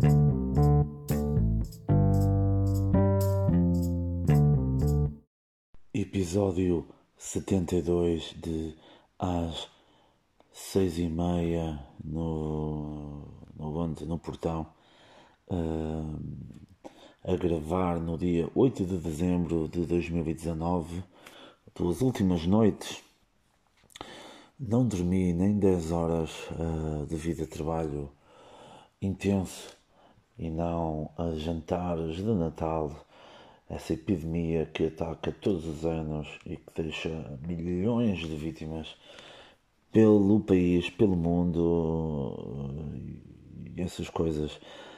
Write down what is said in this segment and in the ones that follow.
Episódio 72 de às 6h30 no portão, a gravar no dia 8 de dezembro de 2019, duas últimas noites. Não dormi nem 10 horas devido a trabalho intenso e não a jantares de Natal. Essa epidemia que ataca todos os anos e que deixa milhões de vítimas pelo país, pelo mundo e essas coisas.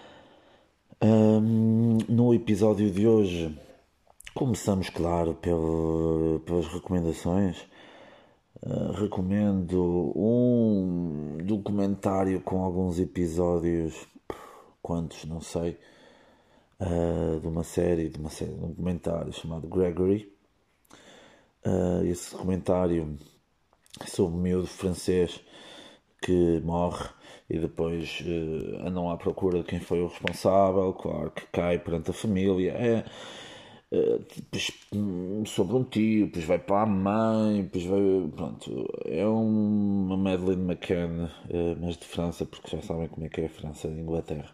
No episódio de hoje começamos, claro, pelas recomendações. Recomendo um documentário com alguns episódios, quantos, não sei, de um documentário chamado Gregory. Esse documentário é sobre um miúdo francês que morre e depois andam à procura de quem foi o responsável. Claro que cai perante a família. Depois sobre um tio, depois vai para a mãe, depois vai. Pronto, é uma Madeleine McCann, mas de França, porque já sabem como é que é a França e a Inglaterra.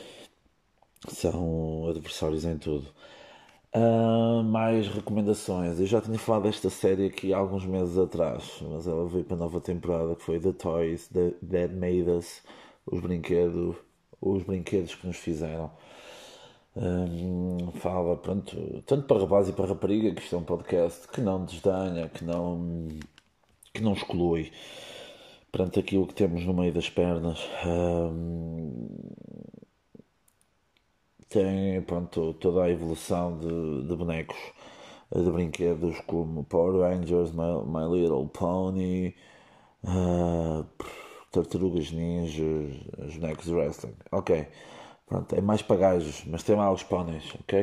São adversários em tudo. Mais recomendações. Eu já tinha falado desta série aqui há alguns meses atrás, mas ela veio para a nova temporada, que foi The Toys That Made Us, os brinquedos que nos fizeram. Fala, pronto, tanto para rapaz e para rapariga, que isto é um podcast que não desdenha, que não exclui perante aquilo que temos no meio das pernas. Tem, pronto, toda a evolução de bonecos, de brinquedos como Power Rangers, My Little Pony, Tartarugas Ninjas, os bonecos de wrestling. Ok, pronto, é mais para gajos, mas tem lá os póneis, ok?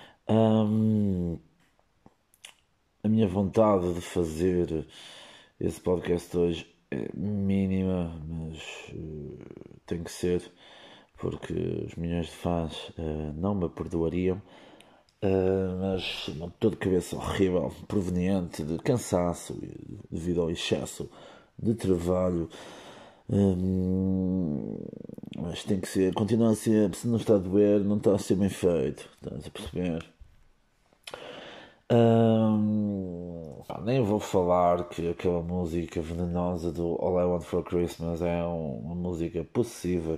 A minha vontade de fazer esse podcast hoje é mínima, mas tem que ser, porque os milhões de fãs não me perdoariam. Mas uma dor de cabeça horrível, proveniente de cansaço devido ao excesso de trabalho. Mas tem que ser, continua a ser, se não está a doer, não está a ser bem feito, estás a perceber? Nem vou falar que aquela música venenosa do All I Want for Christmas é uma música possessiva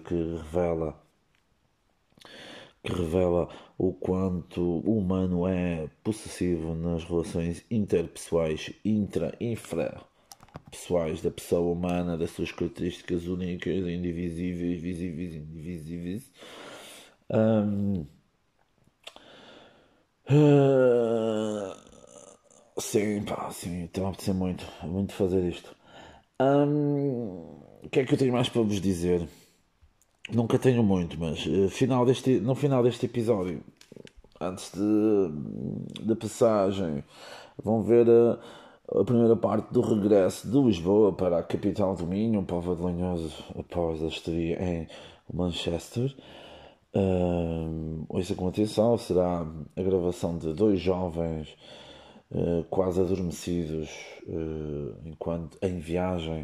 que revela o quanto o humano é possessivo nas relações interpessoais, infrapessoais da pessoa humana, das suas características únicas, indivisíveis, visíveis, indivisíveis. Sim, pá, sim, está a apetecer muito fazer isto. O que é que eu tenho mais para vos dizer? Nunca tenho muito, mas no final deste episódio, antes da passagem, vão ver a primeira parte do regresso de Lisboa para a capital do Minho, Póvoa de Lanhoso, após a estreia em Manchester. Ouça com atenção, será a gravação de dois jovens quase adormecidos enquanto em viagem,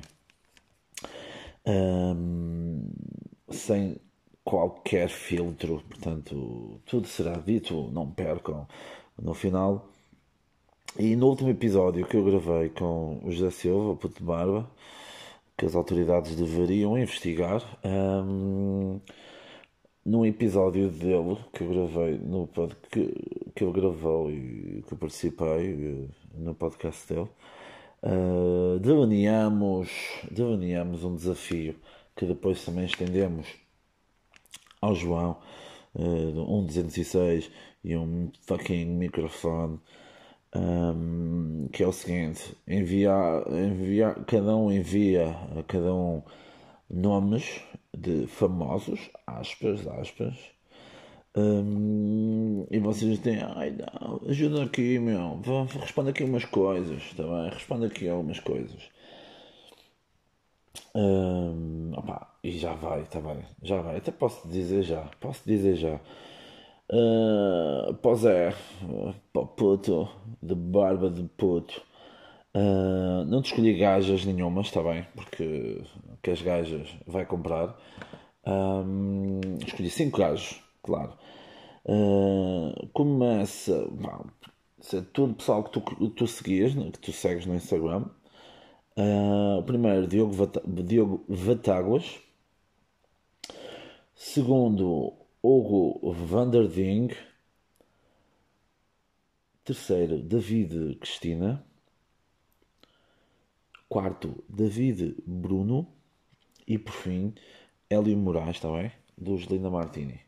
sem qualquer filtro, portanto tudo será dito, não percam no final. E no último episódio que eu gravei com o José Silva, o puto de barba, que as autoridades deveriam investigar, num episódio dele que eu gravei que ele gravou e que eu participei no podcast dele, delineamos um desafio que depois também estendemos ao João, um 206 e um fucking microfone, que é o seguinte: cada um envia a cada um nomes de famosos, aspas, e vocês têm, ai não, ajuda aqui, meu, responde aqui umas coisas, tá bem? Responde aqui algumas coisas. E já vai, tá bem, já vai. Até posso dizer já. Pois é, pô, puto, de barba de puto. Não te escolhi gajas nenhumas, está bem? Porque que as gajas vai comprar. Escolhi 5 gajos, claro. Começa. Pá, isso é tudo pessoal que tu seguias, né, que tu segues no Instagram. O primeiro, Diogo Vatáguas. Segundo, Hugo Vanderding. Terceiro, David Cristina. Quarto, David Bruno. E por fim, Hélio Moraes, está bem? Dos Linda Martini.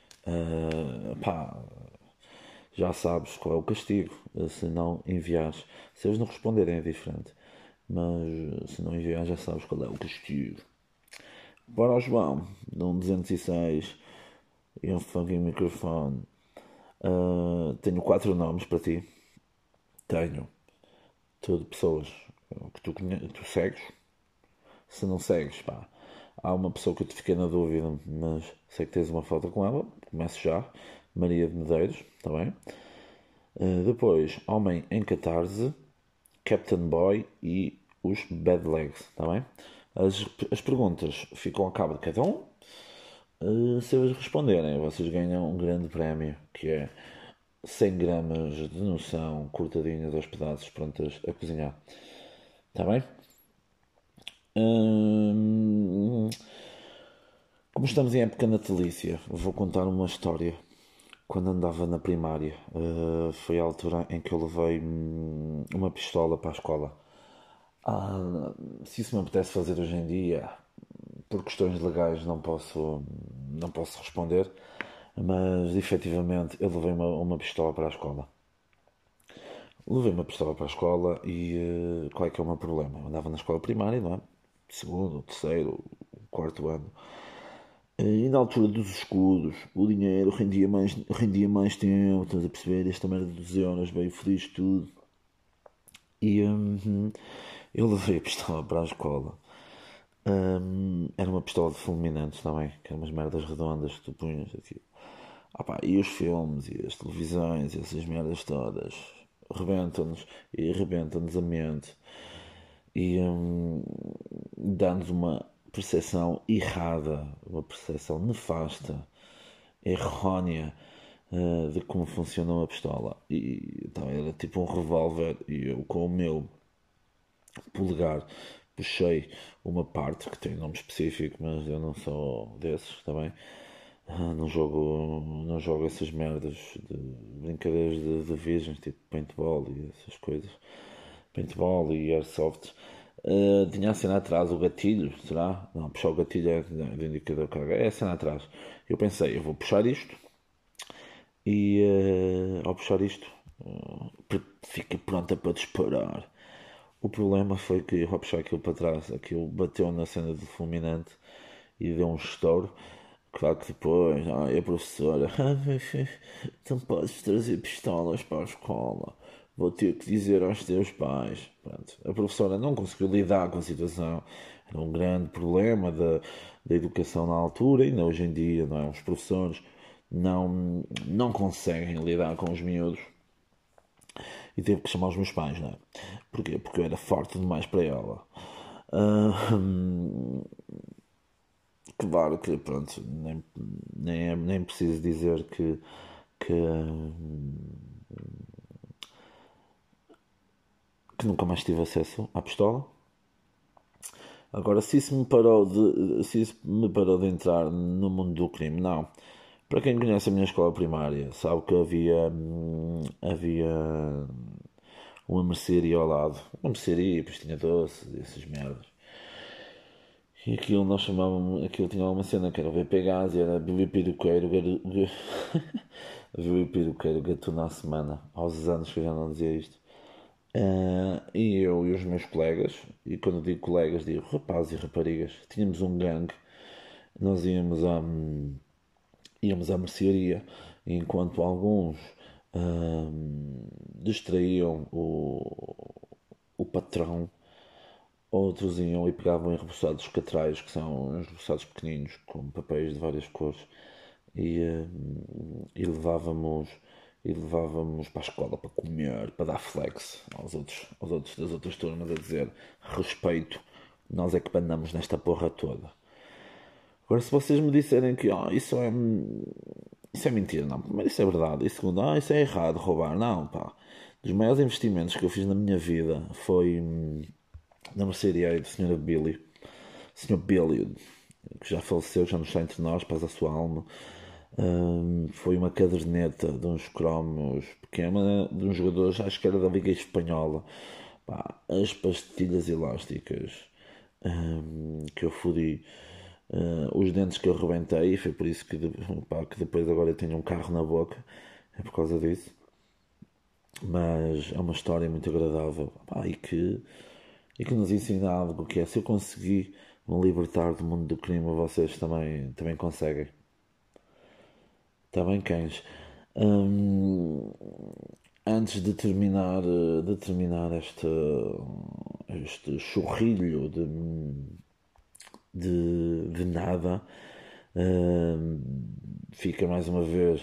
Pá, já sabes qual é o castigo se não enviares. Se eles não responderem é diferente. Mas se não enviar já sabes qual é o castigo. Bora ao João, num 206 e um fucking microfone. Tenho 4 nomes para ti. Tenho. Tudo pessoas que tu segues. Se não segues, pá. Há uma pessoa que eu te fiquei na dúvida, mas sei que tens uma foto com ela. Começo já. Maria de Medeiros, está bem? Depois, Homem em Catarse, Captain Boy e os Bad Legs, está bem? As perguntas ficam a cabo de cada um. Se eles responderem, vocês ganham um grande prémio, que é 100 gramas de noção cortadinhas aos pedaços prontas a cozinhar. Está bem? Como estamos em época natalícia, vou contar uma história. Quando andava na primária, foi a altura em que eu levei uma pistola para a escola. Se isso me apetece fazer hoje em dia, por questões legais não posso responder, mas efetivamente eu levei uma pistola para a escola. Levei uma pistola para a escola e qual é que é o meu problema? Eu andava na escola primária, não é? Segundo, terceiro, quarto ano. E na altura dos escudos, o dinheiro rendia mais tempo, estás a perceber? Esta merda dos euros veio feliz tudo. E eu levei a pistola para a escola. Era uma pistola de fulminantes também, que eram umas merdas redondas que tu punhas aqui. E os filmes e as televisões e essas merdas todas rebentam-nos e rebentam-nos a mente e dá-nos uma percepção errada, uma percepção nefasta, errónea de como funciona uma pistola. E então era tipo um revólver e eu com o meu polegar puxei uma parte que tem um nome específico, mas eu não sou desses, está bem? Não jogo essas merdas de brincadeiras de virgens, tipo paintball e essas coisas. Paintball e airsoft. Tinha a cena atrás, o gatilho, será? Não, puxar o gatilho é do indicador carga. É a cena atrás. Eu pensei, eu vou puxar isto e ao puxar isto fica pronta para disparar. O problema foi que ao puxar aquilo para trás, aquilo bateu na cena do fulminante e deu um estouro. Claro que depois, a professora, não podes trazer pistolas para a escola, vou ter que dizer aos teus pais. Pronto. A professora não conseguiu lidar com a situação, era um grande problema da educação na altura e ainda hoje em dia, não é? Os professores não conseguem lidar com os miúdos e teve que chamar os meus pais, não é? Porquê? Porque eu era forte demais para ela. Ah, Claro que, pronto, nem preciso dizer que nunca mais tive acesso à pistola. Agora, se isso me parou de entrar no mundo do crime, não. Para quem conhece a minha escola primária, sabe que havia uma mercearia ao lado. Uma mercearia, pastinha doce, essas merdas. E aquilo tinha uma cena que era o VP Gás e era Billy Piroqueiro, Billy Piroqueiro, Gatuno à semana, aos anos que eu já não dizia isto. E eu e os meus colegas, e quando digo colegas digo rapazes e raparigas, tínhamos um gangue, nós íamos à mercearia, enquanto alguns distraíam o patrão outros iam e pegavam em repousados catrais, que são uns repousados pequeninos, com papéis de várias cores, e, e levávamos para a escola para comer, para dar flex aos outros das outras turmas, a dizer respeito, nós é que mandamos nesta porra toda. Agora, se vocês me disserem que isso é mentira, não, primeiro isso é verdade, e segundo, isso é errado, roubar, não, pá. Dos maiores investimentos que eu fiz na minha vida foi na mercearia do Sr. Billy, que já faleceu, já não está entre nós, paz a sua alma. Foi uma caderneta de uns cromos pequena, de uns jogadores, acho que era da Liga Espanhola. Pá, as pastilhas elásticas que eu fodi, os dentes que eu rebentei, e foi por isso que depois agora eu tenho um carro na boca, é por causa disso. Mas é uma história muito agradável, pá, e que nos ensina algo, que é: se eu conseguir me libertar do mundo do crime, vocês também conseguem. Está bem, cães? Antes de terminar este chorrilho de nada, fica mais uma vez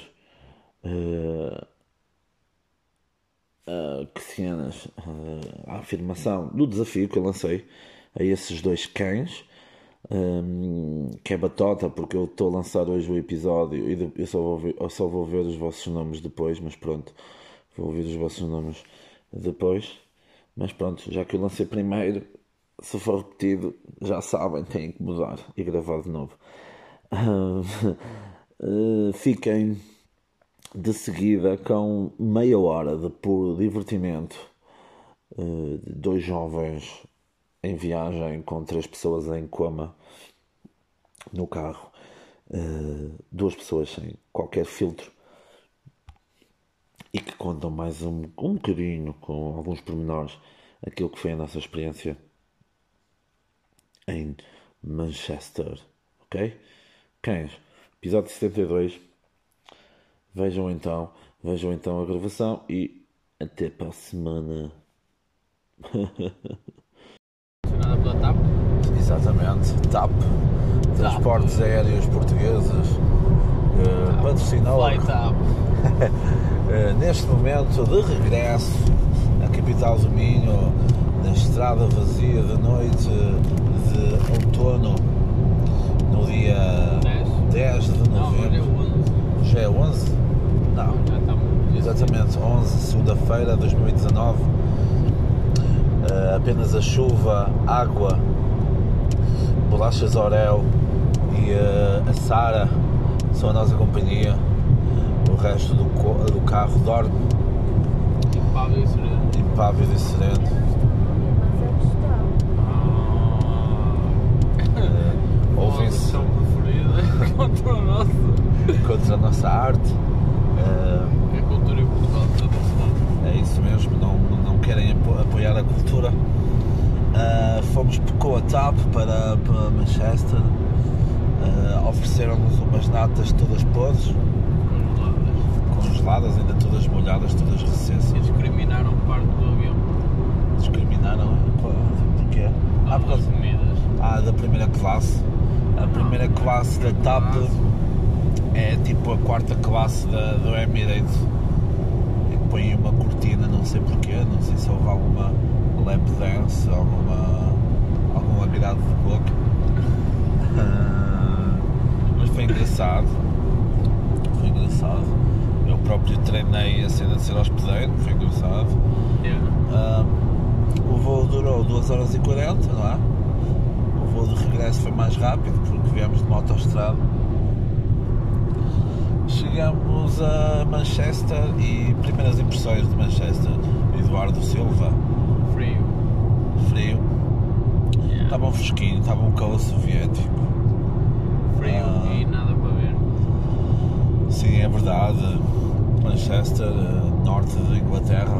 que cenas, a afirmação do desafio que eu lancei a esses dois cães, que é batota, porque eu estou a lançar hoje o episódio e eu só vou ver os vossos nomes depois, mas pronto, vou ouvir os vossos nomes depois, mas pronto, já que eu lancei primeiro, se for repetido, já sabem, têm que mudar e gravar de novo. Fiquem de seguida com meia hora de puro divertimento, de dois jovens em viagem com 3 pessoas em coma no carro, 2 pessoas sem qualquer filtro, e que contam mais um bocadinho, com alguns pormenores, aquilo que foi a nossa experiência em Manchester, ok? Cães, episódio 72. Vejam então a gravação e até para a semana. Nada pela TAP? Exatamente, TAP, Transportes Aéreos Portugueses, patrocinou TAP. neste momento de regresso à capital do Minho, na estrada vazia de noite de outono, no dia 10 de novembro. Não, Já é 11? Não, já estamos. exatamente, 11, segunda-feira de 2019. Apenas a chuva, água, bolachas Oreo e a Sara são a nossa companhia. O resto do carro dorme impávido e sereno. Ouvem-se Contra o nosso. contra a nossa arte. É a cultura em Portugal toda. É isso mesmo, não querem apoiar a cultura. Fomos com a TAP para Manchester. Ofereceram-nos umas natas todas podres, congeladas, ainda todas molhadas, todas recentes. E discriminaram parte do avião. Discriminaram? Porquê? Por causa comidas. da primeira classe. A primeira classe da TAP é tipo a quarta classe do Emirates, e que põe uma cortina, não sei porquê, não sei se houve alguma lap dance, alguma virada de boca, mas foi engraçado. Eu próprio treinei a cena de ser hospedeiro, foi engraçado. O voo durou 2 horas e 40, não é? O voo de regresso foi mais rápido porque viemos de uma autoestrada. Chegamos a Manchester e primeiras impressões de Manchester: Eduardo Silva. Frio. Estava um fresquinho, estava um calor soviético. Frio e nada para ver. Sim, é verdade. Manchester, norte de Inglaterra,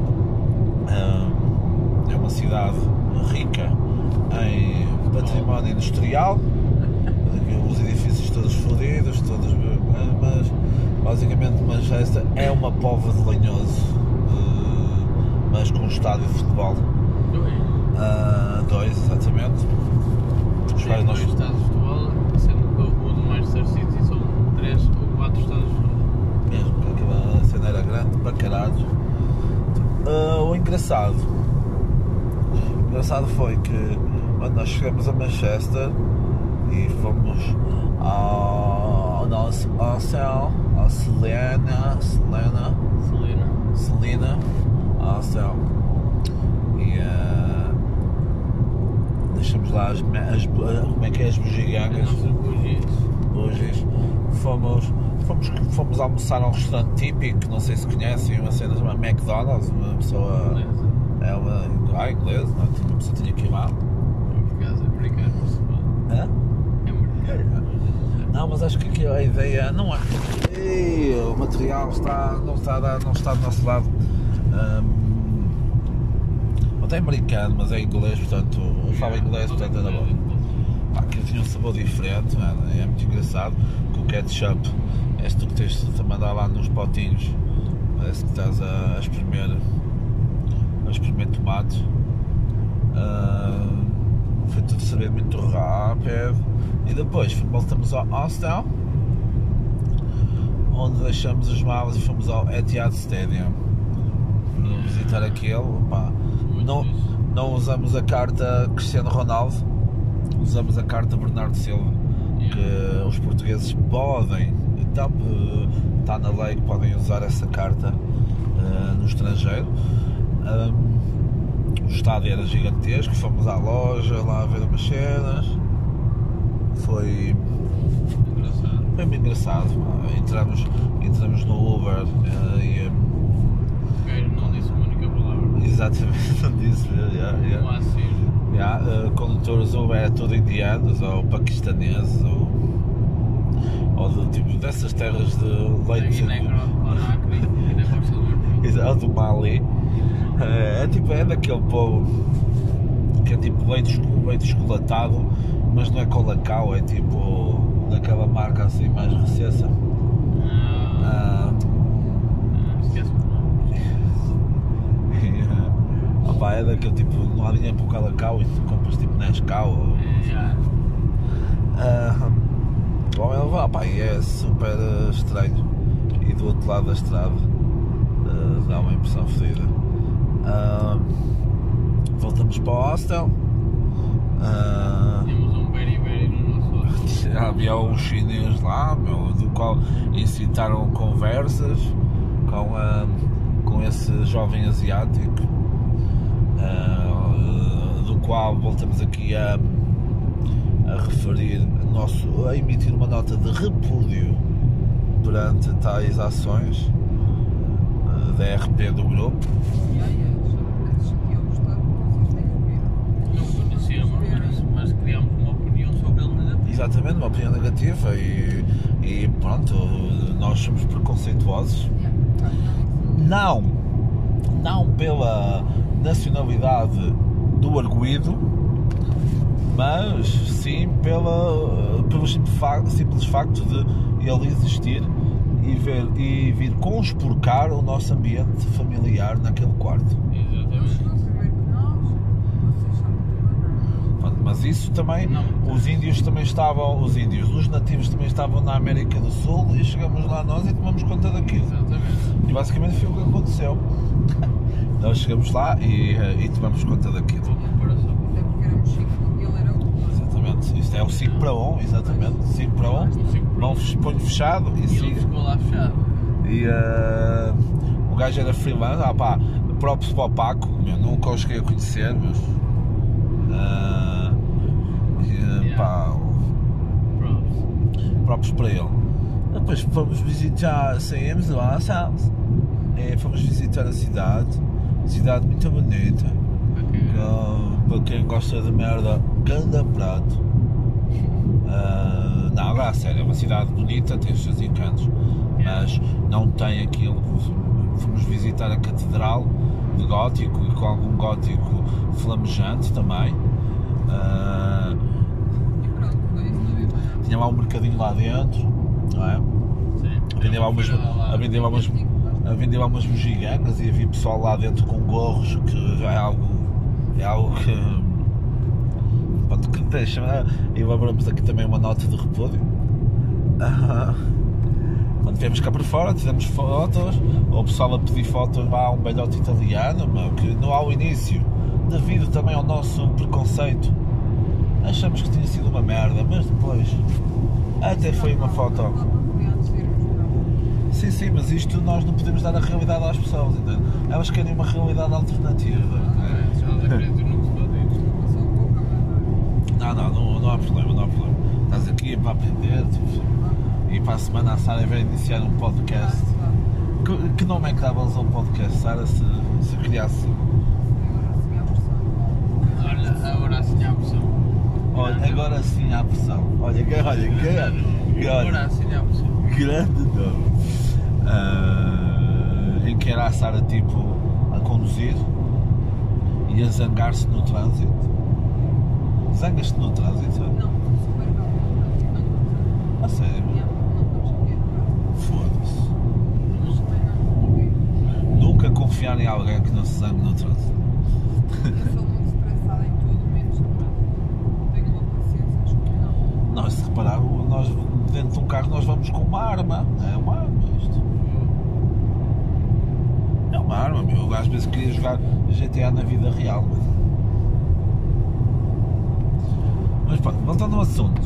é uma cidade rica em património industrial, os edifícios todos fodidos, mas basicamente Manchester é uma pova de lenhoso, mas com um estádio de futebol. 2, exatamente. Os Tem quais dois nós. estádios de bola, sendo que o do Manchester City são 3 ou 4 estádios de bola. Mesmo, porque aquela cena era grande para caralho. O engraçado foi que quando nós chegamos a Manchester e fomos ao nosso hotel, ao Selena, hotel, e deixamos lá como é que é, as bugigangas. As nossas bugias. Hoje fomos almoçar a um restaurante típico, não sei se conhecem, uma cena chamada McDonald's, uma pessoa é uma inglesa, não, uma pessoa tinha que ir lá. Por acaso é americano, Hã? é americano. Não, mas acho que aqui a ideia não é. O material não está do nosso lado. Não é americano, mas é inglês, portanto, eu falo inglês, portanto anda bom. Aqui tinha um sabor diferente, mano, é muito engraçado. Com o ketchup, és tu que tens de mandar lá nos potinhos, parece que estás a espremer tomates. Foi tudo saber muito rápido. E depois voltamos ao hostel, onde deixamos as malas e fomos ao Etihad Stadium visitar aquele. Pá, não usamos a carta Cristiano Ronaldo, usamos a carta Bernardo Silva, que os portugueses podem, então está na lei que podem usar essa carta no estrangeiro. O estádio era gigantesco, fomos à loja lá a ver umas cenas, foi muito engraçado. Entramos no Uber e O gajo não disse uma única palavra. exatamente, não disse, Não há assim. condutores Uber é tudo indianos ou paquistaneses ou do tipo dessas terras de leite. Conakry, Ou do Mali. É daquele povo que é tipo leite chocolatado, mas não é Colacau, é tipo daquela marca assim mais recessa. Esquece-me o nome. É daquele tipo, não há dinheiro para o Colacau e tu compras tipo Nescau. Bom, ele vai, e é super estranho. E do outro lado da estrada dá uma impressão fedida. Voltamos para o hostel. Tínhamos um very no nosso hostel. Havia um chinês lá, do qual incitaram conversas com esse jovem asiático, do qual voltamos aqui a referir, a emitir uma nota de repúdio perante tais ações da RP do grupo. Não conhecíamos, mas criámos uma opinião sobre ele negativa. Exatamente, uma opinião negativa e pronto, nós somos preconceituosos. Não pela nacionalidade do arguido, mas sim pelo simples facto de ele existir e vir conspurcar o nosso ambiente familiar naquele quarto. Exatamente. Mas isso também, os nativos também estavam na América do Sul e chegamos lá nós e tomamos conta daquilo. Exatamente. E basicamente foi o que aconteceu. Nós chegamos lá e tomamos conta daquilo. Boa comparação. Até porque éramos 5 e ele era 1. Exatamente, isto é o 5 para 1, exatamente, 5 para 1, não ponho fechado e E ele siga. ficou lá fechado. E o gajo era freelance, próprios para o Paco, nunca o cheguei a conhecer, mas próprios para ele. Depois fomos visitar, saímos do hostel e fomos visitar a cidade muito bonita. Para quem gosta de merda, ganda prato. Não, agora a sério, é uma cidade bonita, tem os seus encantos, mas não tem aquilo. Fomos visitar a catedral de gótico e com algum gótico flamejante também. E pronto, foi isso, não havia mais nada. Tinha lá um mercadinho lá dentro, não é? Sim. A vender lá umas bugigangas e havia pessoal lá dentro com gorros, que já é algo é algo que, pronto, que deixa. E elaboramos aqui também uma nota de repúdio. Quando viemos cá por fora, tiramos fotos, ou o pessoal a pedir fotos lá a um belhote italiano, que no ao início, devido também ao nosso preconceito, achamos que tinha sido uma merda, mas depois até foi uma foto. Sim, mas isto nós não podemos dar a realidade às pessoas, entende? Elas querem uma realidade alternativa. Se elas acreditam no que se pode isto. Não há problema. Estás aqui para aprender, e para a semana a Sara vai iniciar um podcast. Que nome é que davas ao podcast, Sara, se criasse? Olha, agora assim há opção. Olha, agora sim há pressão. Olha, Agora assim há opção. grande nome. Em que era a Sara tipo a conduzir e a zangar-se no trânsito. Zangas-te no trânsito? Não, super calmo. A sério? Foda-se. Nunca confiar em alguém que não se zangue no trânsito. Eu sou muito estressada em tudo, menos no trânsito. Tenho uma paciência descomunal. Nós, se reparar, nós dentro de um carro nós vamos com uma arma. É uma arma isto. É uma arma, meu. Eu às vezes queria jogar GTA na vida real, mas pronto, voltando ao assunto.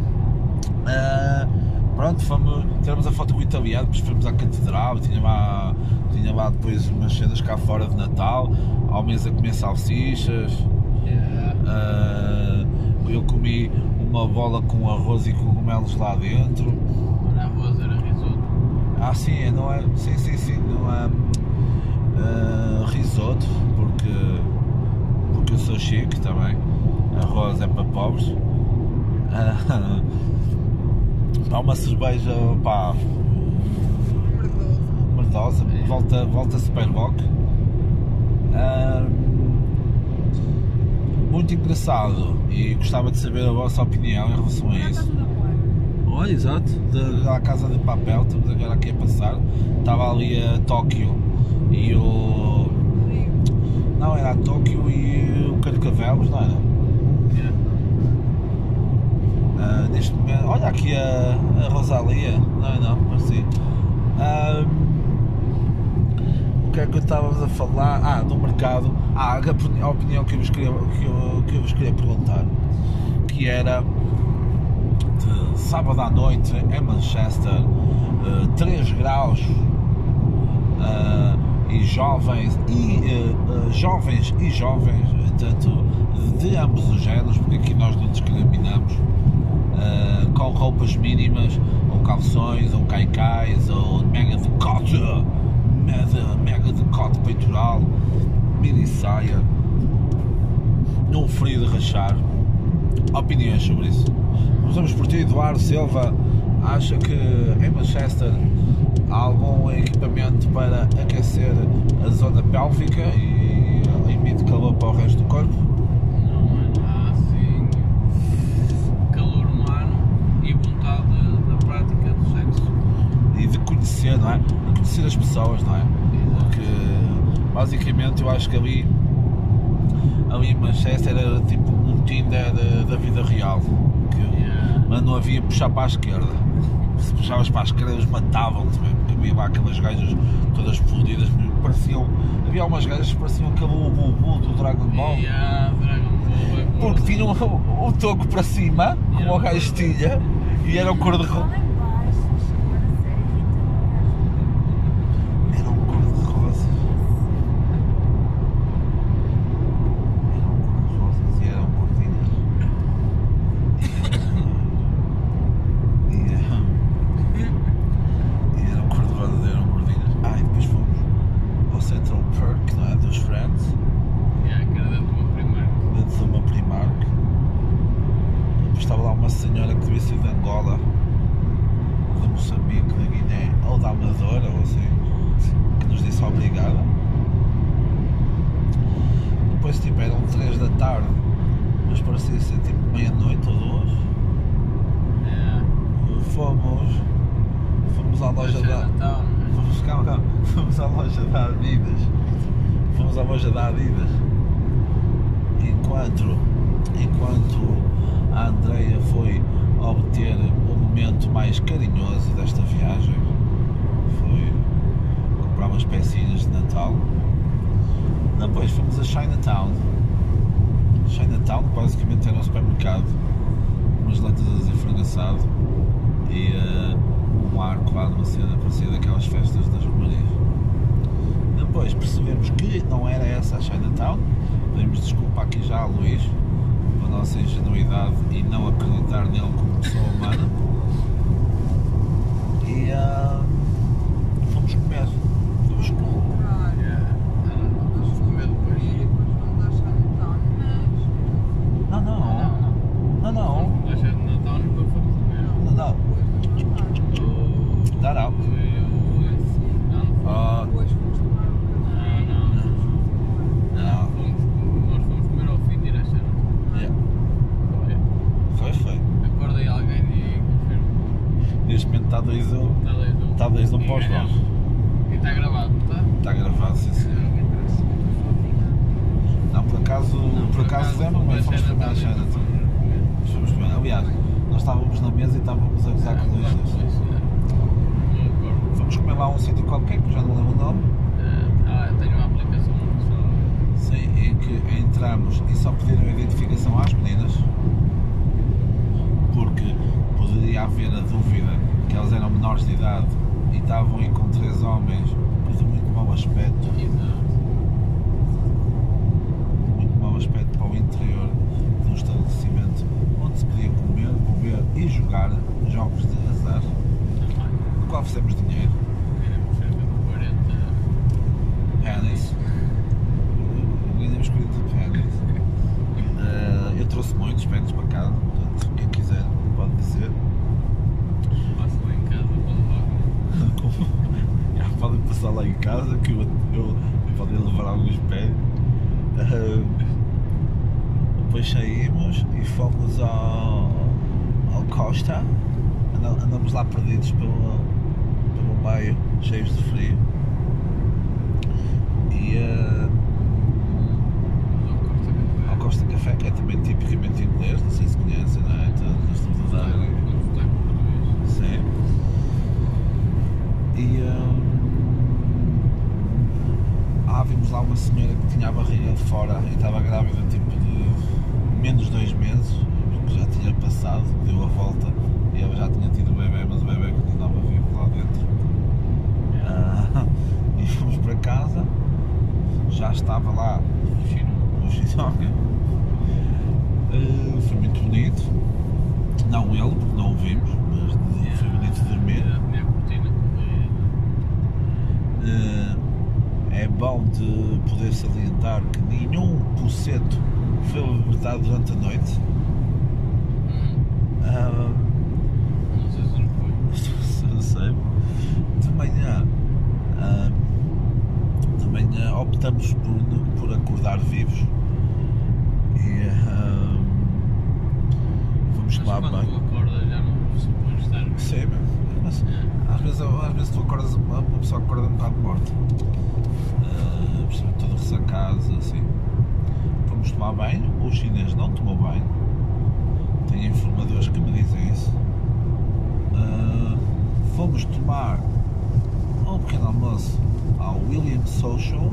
Pronto, tiramos a foto com o italiano, depois fomos à catedral, tinha lá depois umas cenas cá fora de Natal, ao mês a comer salsichas. Eu comi uma bola com arroz e cogumelos lá dentro. Era arroz, era risoto. Sim, não é? Sim, não é risoto, porque eu sou chique também. Arroz é para pobres. Há uma cerveja, pá, merdosa, volta Superboc. Muito engraçado, e gostava de saber a vossa opinião em relação a isso. Olha, exato, da Casa de Papel, estamos agora aqui a passar. Estava ali a Tóquio e o... Não, era a Tóquio e o Carcavelos, não era? Neste momento, olha aqui a Rosalia, não, parecia. O que é que eu estávamos a falar? Do mercado. A opinião que eu vos queria perguntar, que era de sábado à noite em Manchester, 3 graus, e jovens e jovens, tanto de ambos os géneros, porque aqui nós não discriminamos, com roupas mínimas, ou calções, ou caicais, ou mega decote peitoral, mini saia, num frio de rachar. Opiniões sobre isso? Começamos por ti, Eduardo Silva. Acha que em Manchester há algum equipamento para aquecer a zona pélvica e emite calor para o resto do corpo? Não há assim calor humano e vontade da prática do sexo. E de conhecer, não é? De conhecer as pessoas, não é? Porque basicamente eu acho que ali em Manchester era tipo um Tinder da vida real. Mas não havia puxar para a esquerda. Se puxavas para a esquerda eles matavam-te mesmo, porque havia lá aquelas gajas todas fodidas, pareciam. Havia umas gajas que pareciam aquele Bubu do Dragon Ball. Porque tinham o toco para cima, como o gajo tinha, e eram cor-de-rosa. Eram cor-de-rosa. E eram gordinhas. E eram cor-de-rosa, eram gordinhas. E depois fomos ao Central Perk, não é? Dos Friends. Que era dentro de uma Primark. Dentro de uma Primark. Depois estava lá uma senhora que devia ser de Angola, de Moçambique, da Guiné, ou da Amadora, ou assim, que nos disse obrigada. Depois tipo, eram 3 da tarde, mas parecia ser tipo meia-noite ou 2. Fomos à loja da... Fomos à loja da Adidas. enquanto a Andreia foi obter o momento mais carinhoso desta viagem, foi comprar umas pecinhas de Natal. Depois fomos a Chinatown. Chinatown basicamente era um supermercado, umas latas de frango assado e um arco lá numa cena parecida daquelas festas das Romarias. Depois percebemos que não era essa a Chinatown. Pedimos desculpa aqui já a Luís pela nossa ingenuidade e não acreditar nele como pessoa humana. E fomos comer. Fomos comer. Nós fomos comer e depois fomos à Chinatown, mas... Não. Deixa de Natal e depois fomos comer. Não. Depois fomos tomar um café. Nós fomos comer ao fim de ir a Xerox. Foi. Acordei alguém e confirmo. Neste momento está 2 no pós-nós. E está gravado, não está? Está gravado, sim senhor. Não, por acaso lembro-me, mas fomos comer a Chinatown. Fomos comer. Aliás, nós estávamos na mesa e estávamos a gozar com dois. Fomos comer lá a um sítio qualquer, que já não lembro o nome. Tenho uma aplicação Sim, em que entramos e só pediram a identificação às meninas, porque poderia haver a dúvida que elas eram menores de idade e estavam aí com 3 homens de muito mau aspecto. Muito mau aspecto para o interior de um estabelecimento onde se podia comer, beber e jogar jogos de azar, no qual fizemos dinheiro. Queremos cerca de 40 pennies. Ganhamos 40 pennies. Eu trouxe muitos pennies para casa, portanto, quem quiser pode dizer. passo lá em casa para levar. Já podem passar lá em casa que eu podem levar alguns pennies. Depois saímos e fomos ao Costa. Andamos lá perdidos pelo meio, cheios de frio. E ao Costa Café, que é também tipicamente inglês, não sei se conhecem, não é? Então, nós estamos a dar. Sim. E vimos lá uma senhora que tinha a barriga de fora e estava grávida tipo de menos 2 meses, porque já tinha passado, deu a volta e ela já tinha tido o bebê, mas o bebê continuava vivo lá dentro. E fomos para casa, já estava lá o Xinong. Foi muito bonito, não ele, porque não o vimos, mas foi bonito dormir. É bom de poder salientar que nenhum poceto foi libertado durante a noite. Não sei se não foi. Não sei. De manhã optamos por acordar vivos e vamos tomar Mas banho. quando tu acordas já não supões estar. Sim, mas às vezes tu acordas, uma pessoa acorda um bocado morta. Todo ressacado, assim. Fomos tomar banho, o chinês não tomou banho. Tenho informadores que me dizem isso. Fomos tomar um pequeno almoço ao William Social.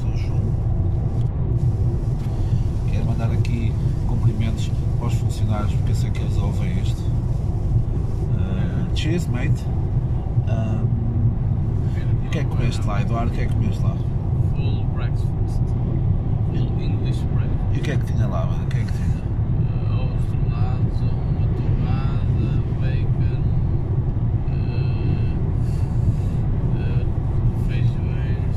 Quero mandar aqui cumprimentos aos funcionários, porque eu sei que eles ouvem isto. Cheers, mate. E o que é que comeste lá, Eduardo? O que é que comeste lá? Full breakfast. Full English breakfast. E o que é que tinha lá, mano? O que é que tinha? Ovos tornados, uma torrada, bacon, feijões,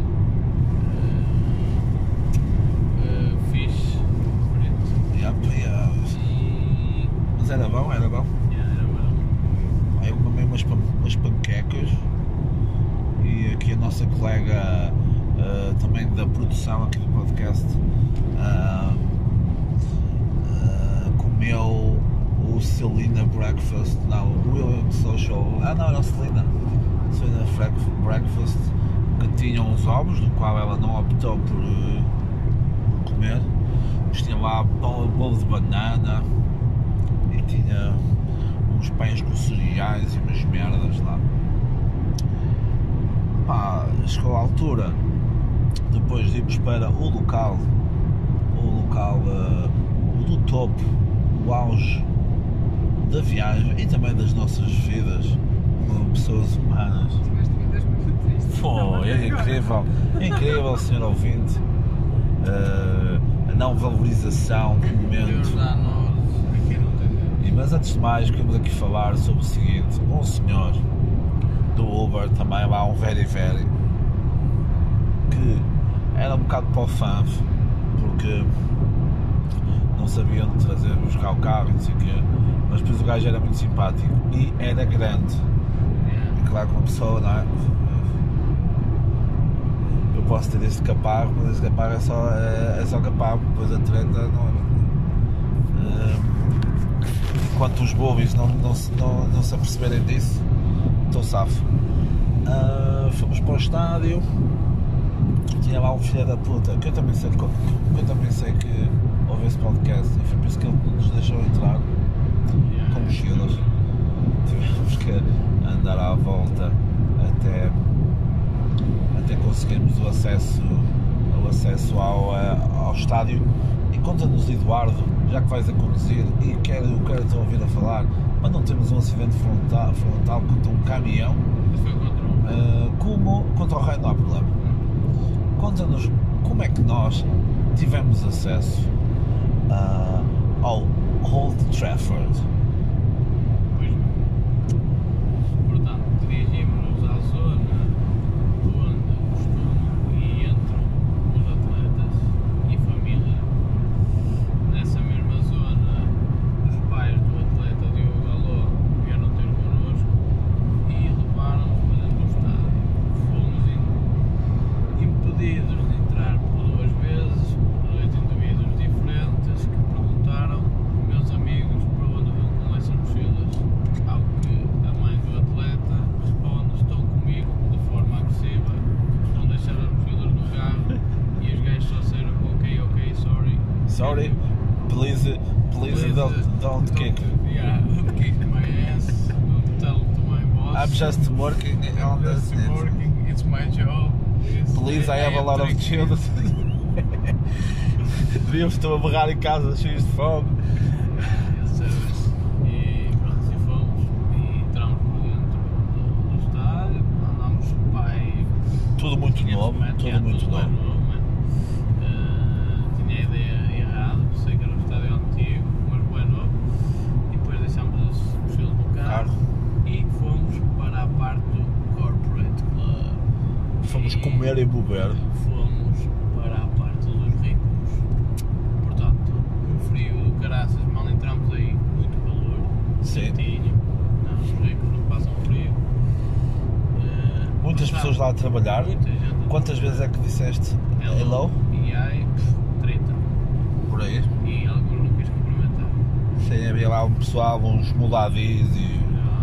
fish frito. E... Mas era bom? era bom. Eu comi umas panquecas e aqui a nossa colega também da produção aqui do podcast comeu o Celina Breakfast, não, o William Social, não, era o Celina Breakfast, que tinha uns ovos, do qual ela não optou por comer, tinha lá bolo de banana e tinha uns pães com cereais e umas merdas lá. Pá, chegou a altura, depois de irmos para o local do topo, o auge da viagem e também das nossas vidas como pessoas humanas. Tiveste vidas muito tristes. Pô, é incrível, senhor ouvinte. A não valorização do momento. Deus dá a nós, aqui não tem Deus. Mas antes de mais, queremos aqui falar sobre o seguinte: um senhor do Uber, também lá um very, que era um bocado para o fã, porque não sabiam de trazer, buscar o carro e não sei o quê, mas depois o gajo era muito simpático e era grande. E claro que uma pessoa, não é? Eu posso ter este caparro, mas este caparro é só caparro, depois a treta não é. Enquanto os bobis não se aperceberem disso, estou safo. Fomos para o estádio, tinha lá um filho da puta, que eu também sei que ouve esse podcast, e foi por isso que ele nos deixou entrar com mochilas. Tivemos que andar à volta até conseguirmos o acesso ao estádio. E conta-nos, Eduardo, já que vais a conduzir e quero-te ouvir a falar, mas não temos um acidente frontal contra um caminhão, Isso foi contra contra o raio não há problema. Conta-nos como é que nós tivemos acesso ao Old Trafford. Pois bem. Portanto, dirigimos-nos à zona onde costumam e entram os atletas e família. Nessa mesma zona, os pais do atleta Diogo Galó vieram ter connosco e levaram-nos para dentro do estádio. Fomos impedidos de entrar por duas vezes, por dois indivíduos diferentes que perguntaram, meus amigos, para onde vão com essas mochilas. Ao que a mãe do atleta responde: estão comigo, de forma agressiva, vão deixar as mochilas no carro, e os gajos só disseram ok, sorry, Please don't kick. Yeah, don't kick my ass, don't tell to my boss. I'm just working on I'm just this. working, it's my job. Please, I have a lot of children. Devíamos estar a berrar em casa cheios de fome. E pronto, e fomos e entramos por dentro do estádio, andámos pai. Tudo muito novo, tudo muito novo. Tinha a ideia errada, pensei que era um estádio antigo, mas bem novo. E depois deixámos as mochilas no carro e fomos para a parte do Corporate Club. Fomos comer e beber. Fomos para a parte dos ricos. Portanto, um frio do caraças, mal entramos aí, muito calor, Sim. quentinho. Não, os ricos não passam frio. Muitas pessoas lá a trabalhar. Muita gente. Quantas vezes é que disseste hello? E aí, 30. Por aí. E alguns não quis cumprimentar. Sim, havia lá um pessoal, uns muladis e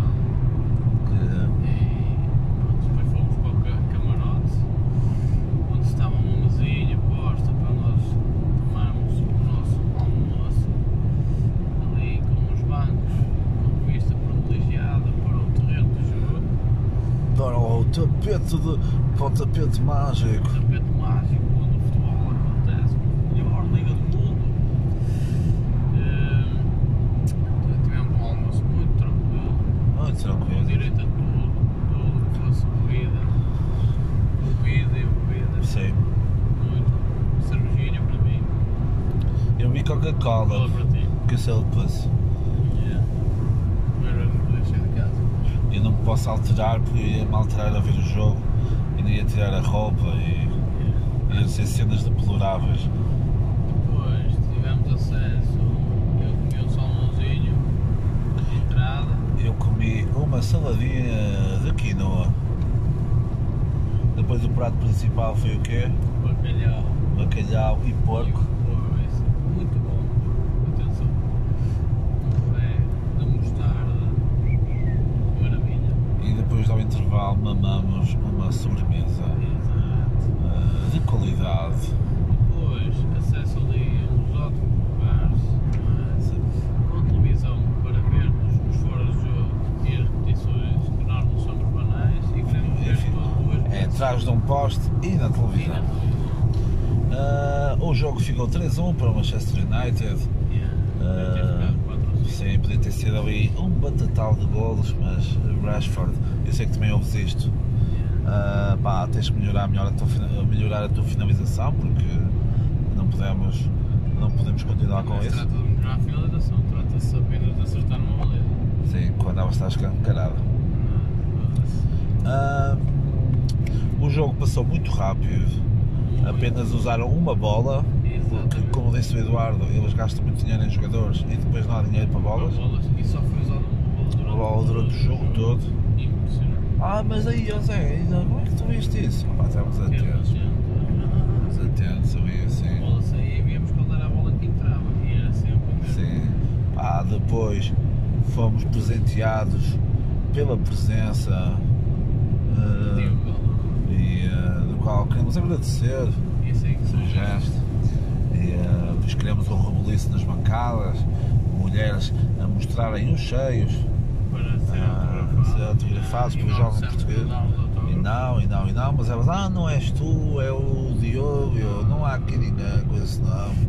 E pronto, depois fomos para o camarote, onde estava uma mesinha posta para nós tomarmos o nosso almoço, ali com os bancos, com vista privilegiada para o terreno de jogo, para o tapete mágico. o tapete mágico onde o futebol acontece, a melhor liga do mundo. Tivemos um almoço muito tranquilo. Muito Com tranquilo. direito a tudo que fosse bebida e bebida. Sim. Muito. Cervejinha para mim, Eu vi Coca-Cola, cola para ti. que eu sei depois. Yeah. Mas eu não podia sair de casa. Eu não me posso alterar porque ia me alterar a ver o jogo e não ia tirar a roupa e ia ser cenas deploráveis. Depois tivemos acesso, eu comi um salmãozinho de entrada. Eu comi uma saladinha de quinoa. Depois o prato principal foi o quê? Bacalhau. Bacalhau e porco. Isso, muito bom. Atenção. Um pé de mostarda. Maravilha. E depois ao intervalo mamamos uma sobremesa Exato. de qualidade. Depois tens acesso ali a uns ótimos lugares, com televisão para ver os foros de jogo e as repetições que nós não somos banais e queremos ver tudo duas É vezes. atrás de um poste e na E na televisão. televisão. O jogo ficou 3-1 para o Manchester United. Deve ter ficado 4 ou 5. Sim, podia ter sido ali um batatal de golos, mas Rashford, eu sei que também ouves isto. Tens que melhorar a tua finalização, porque não podemos continuar com Não se isso. trata de melhorar a finalização, trata-se apenas de acertar numa baliza. Sim, quando ela está escancarada. O jogo passou muito rápido, apenas usaram uma bola, porque, como disse o Eduardo, eles gastam muito dinheiro em jogadores e depois não há dinheiro para bolas. E só foi usada uma bola Durante o jogo todo. Impressionante. Mas aí, ó Zé, como é que tu viste isso? Estamos atentos. Ali assim. A bola saía e víamos qual era a bola que entrava e era sempre a mesma. Sim. Depois fomos presenteados pela presença Digo, do qual queremos agradecer isso aí que esse gesto. Depois queremos um rebuliço nas bancadas, mulheres a mostrarem os cheios, para ser autografados pelo jovem português. E não, mas elas, não és tu, é o Diogo, não há aqui ninguém com esse nome.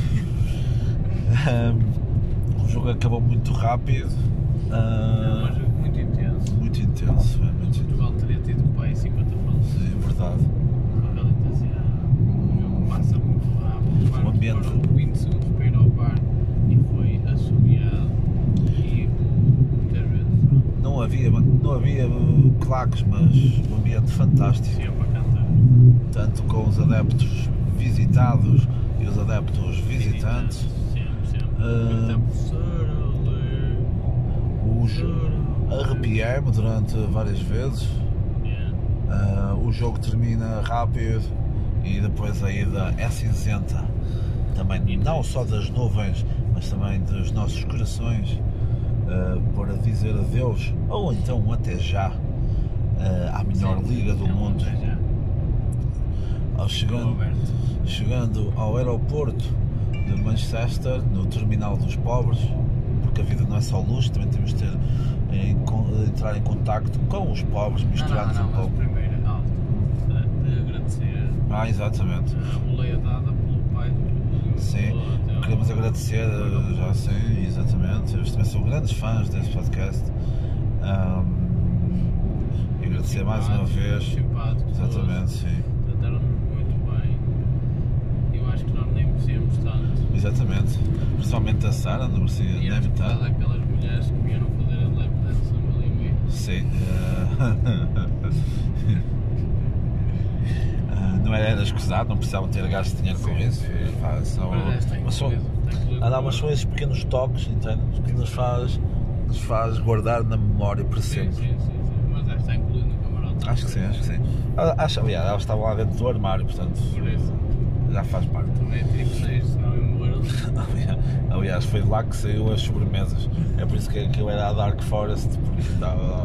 O jogo acabou muito rápido. É um jogo muito intenso. Muito intenso, foi muito intenso. Portugal teria tido para aí 50 pontos. Sim, verdade. Com aquela intensidade. O jogo passa muito rápido. O ambiente. Foram 20 segundos para ir ao bar e foi assobiado. E muitas vezes Não havia claques, mas um ambiente fantástico. sempre a cantar. Tanto com os adeptos visitados e os adeptos visitantes. Sempre. Arrepiei-me durante várias vezes. O jogo termina rápido e depois a ida é cinzenta. Também não só das nuvens, mas também dos nossos corações, para dizer adeus, ou então até já, à melhor liga do mundo. Chegando ao aeroporto de Manchester, no terminal dos pobres, porque a vida não é só luxo, também temos de ter entrar em contacto com os pobres, misturados um pouco. Mas primeiro, de agradecer Exatamente. a boleia dada pelo pai do Sim, queremos agradecer, já sei, exatamente. Eu também sou grandes fãs deste podcast. E agradecer mais uma vez. Simpáticos, Exatamente, sim. trataram-nos muito bem. Eu acho que nós nem merecemos tanto. Exatamente. Principalmente a Sara, não merecia E nem antes por causa metade. daquelas mulheres que vieram fazer a lap dance no meu limite. Sim. Não era escusado, não precisavam ter gasto dinheiro com isso. Mas são esses pequenos toques, entende? Que nos faz guardar na memória para sempre. Sim. Mas deve estar incluído no camarote. Acho que sim. Aliás, elas estavam lá dentro do armário, portanto, Por isso. já faz parte. Também é tipo 6, senão eu morrer. Aliás, foi de lá que saiu as sobremesas. É por isso que aquilo era a Dark Forest, porque estava lá.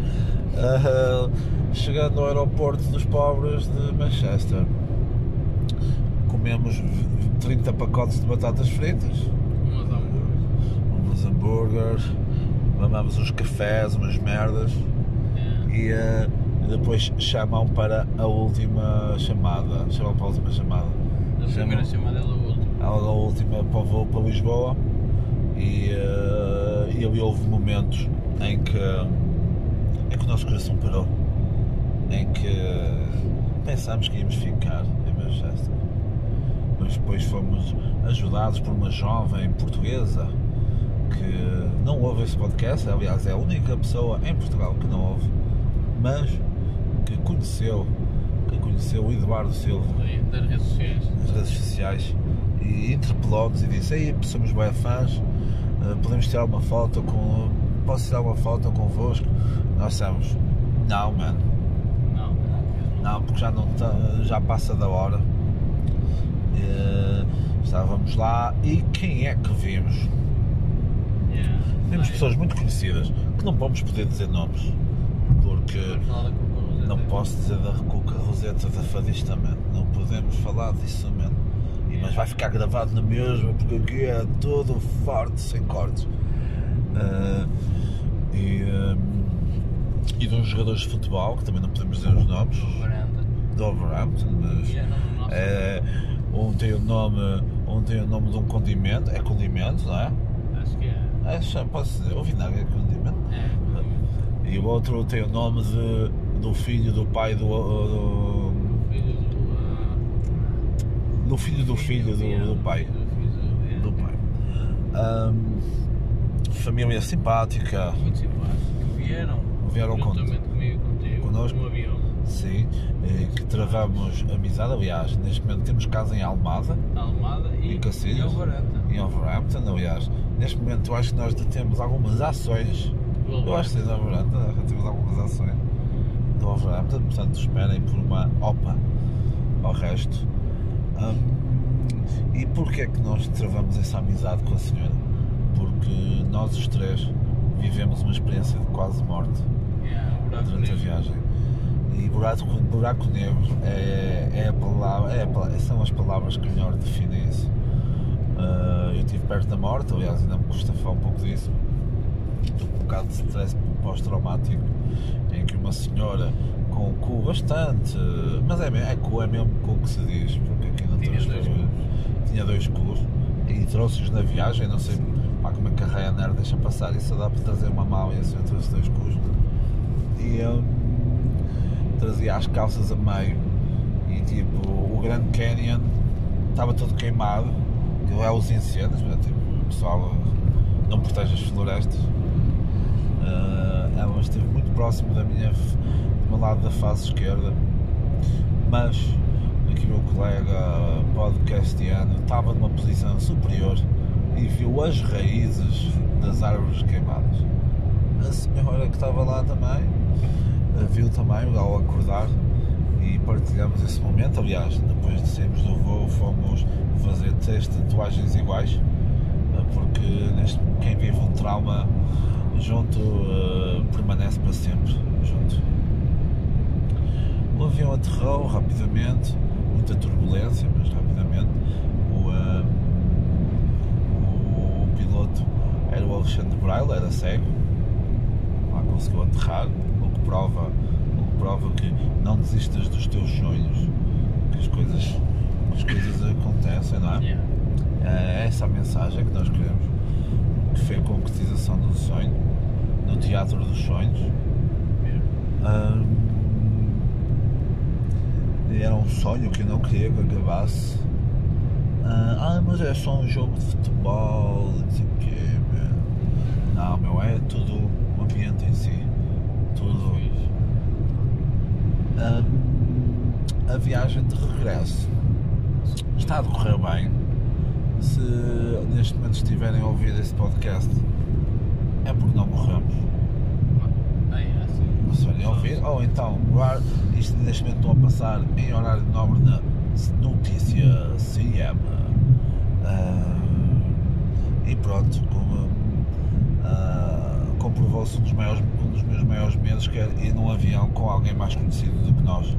Chegando ao aeroporto dos pobres de Manchester, comemos 30 pacotes de batatas fritas, uns hambúrgueres, mamamos uns cafés, umas merdas, e depois chamam para a última chamada. A primeira chamada é a última. A última para o voo para Lisboa, e ali houve momentos em que o nosso coração parou, em que pensámos que íamos ficar em Manchester, mas depois fomos ajudados por uma jovem portuguesa que não ouve esse podcast. Aliás, é a única pessoa em Portugal que não ouve, mas que conheceu o Eduardo Silva Das redes sociais. E interpelou-nos e disse: "Ei, somos bem fãs, podemos tirar uma foto posso tirar uma foto convosco?" Nós dissemos: "Não, mano, não, porque já passa da hora." Estávamos lá e quem é que vimos? Vimos pessoas muito conhecidas, que não vamos poder dizer nomes, porque não posso dizer da Cuca Roseta da Fadista, man. Não podemos falar disso, man. E mas vai ficar gravado na mesma, porque aqui é todo forte, sem cortes. E de uns jogadores de futebol, que também não podemos dizer os nomes, do Wolverhampton, mas um tem o nome de um condimento, é condimento, não é? Acho que é. Posso dizer, o vinagre é condimento. E o outro tem o nome do filho do pai do filho do pai. Do pai. Família simpática. Muito simpático. Vieram juntamente comigo e contigo. Connosco. No avião. Sim, que travamos amizade. Aliás, neste momento temos casa em Almada E Cacilhas, em Wolverhampton. Aliás, neste momento eu acho que nós temos algumas ações. Eu acho que sim, na Wolverhampton, temos algumas ações do Wolverhampton, portanto esperem por uma OPA ao resto. E porquê é que nós travamos essa amizade com a senhora? Porque nós os três vivemos uma experiência de quase morte durante a viagem. E buraco negro são as palavras que melhor definem isso. Eu estive perto da morte, aliás, ainda me custa falar um pouco disso. Estou com um bocado de stress pós-traumático, em que uma senhora com o cu bastante, mas é mesmo cu que se diz, porque aqui não tinha 2 cus e trouxe-os na viagem, não sei como é que a Ryanair deixa passar isso, dá para trazer uma mala e assim eu trouxe 2 cus e trazia as calças a meio e tipo o Grand Canyon estava todo queimado, aquilo é os incêndios, tipo, o pessoal não protege as florestas. Ela esteve muito próximo do meu lado da face esquerda, mas aqui o meu colega podcastiano estava numa posição superior e viu as raízes das árvores queimadas. A senhora que estava lá também viu também ao acordar e partilhamos esse momento. Aliás, depois de sairmos do voo fomos fazer 3 tatuagens iguais, porque quem vive um trauma junto permanece para sempre junto. O avião aterrou rapidamente, muita turbulência, mas rapidamente. O piloto era o Alexandre Braille, era cego, lá conseguiu aterrar, o que prova que não desistas dos teus sonhos, que as coisas acontecem, não é? É essa a mensagem que nós queremos, que foi a concretização do sonho, no teatro dos sonhos. Era um sonho que eu não queria que acabasse. Mas é só um jogo de futebol, não sei o quê, meu. Não, é tudo o ambiente em si, tudo. A viagem de regresso está a decorrer bem. Se neste momento estiverem a ouvir este podcast, é porque não morremos. Se forem a ouvir, ou então isto neste momento estão a passar em horário nobre na notícia CM. E pronto, como comprovou-se um dos meus maiores medos, que é ir num avião com alguém mais conhecido do que nós.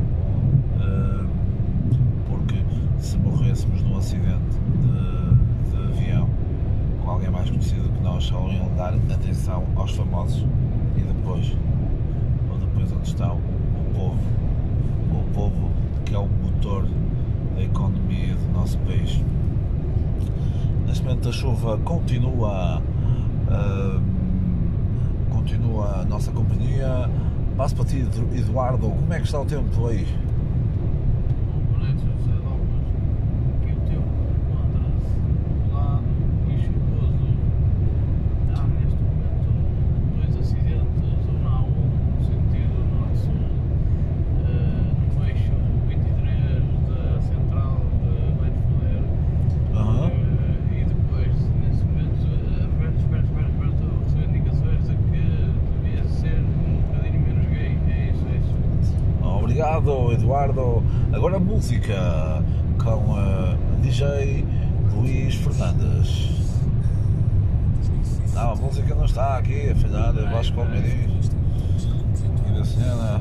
Porque se morrêssemos num acidente de avião com alguém mais conhecido que nós, só iam dar atenção aos famosos e depois onde está o povo que é o motor da economia do nosso país. Neste momento a chuva continua a nossa companhia. Passo para ti, Eduardo, como é que está o tempo aí? Obrigado, Eduardo. Agora música com a DJ Luís Fernandes. Não, a música não está aqui, afinal é Vasco Palmeirinho e da senhora.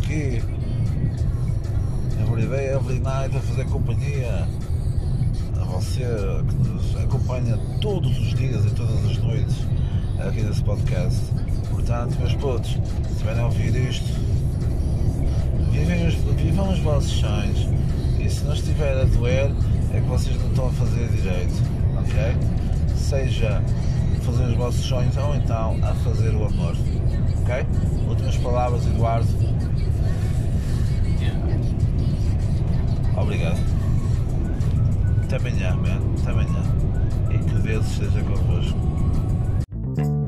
aqui. Every day, every night, a fazer companhia a você que nos acompanha todos os dias e todas as noites aqui nesse podcast. Portanto, meus putos, se estiverem a ouvir isto, vivam os vossos sonhos. E se não estiver a doer, é que vocês não estão a fazer direito, ok? Seja fazer os vossos sonhos ou então a fazer o amor, ok? Últimas palavras, Eduardo. Obrigado. Até amanhã, man. Até amanhã. E que Deus esteja convosco.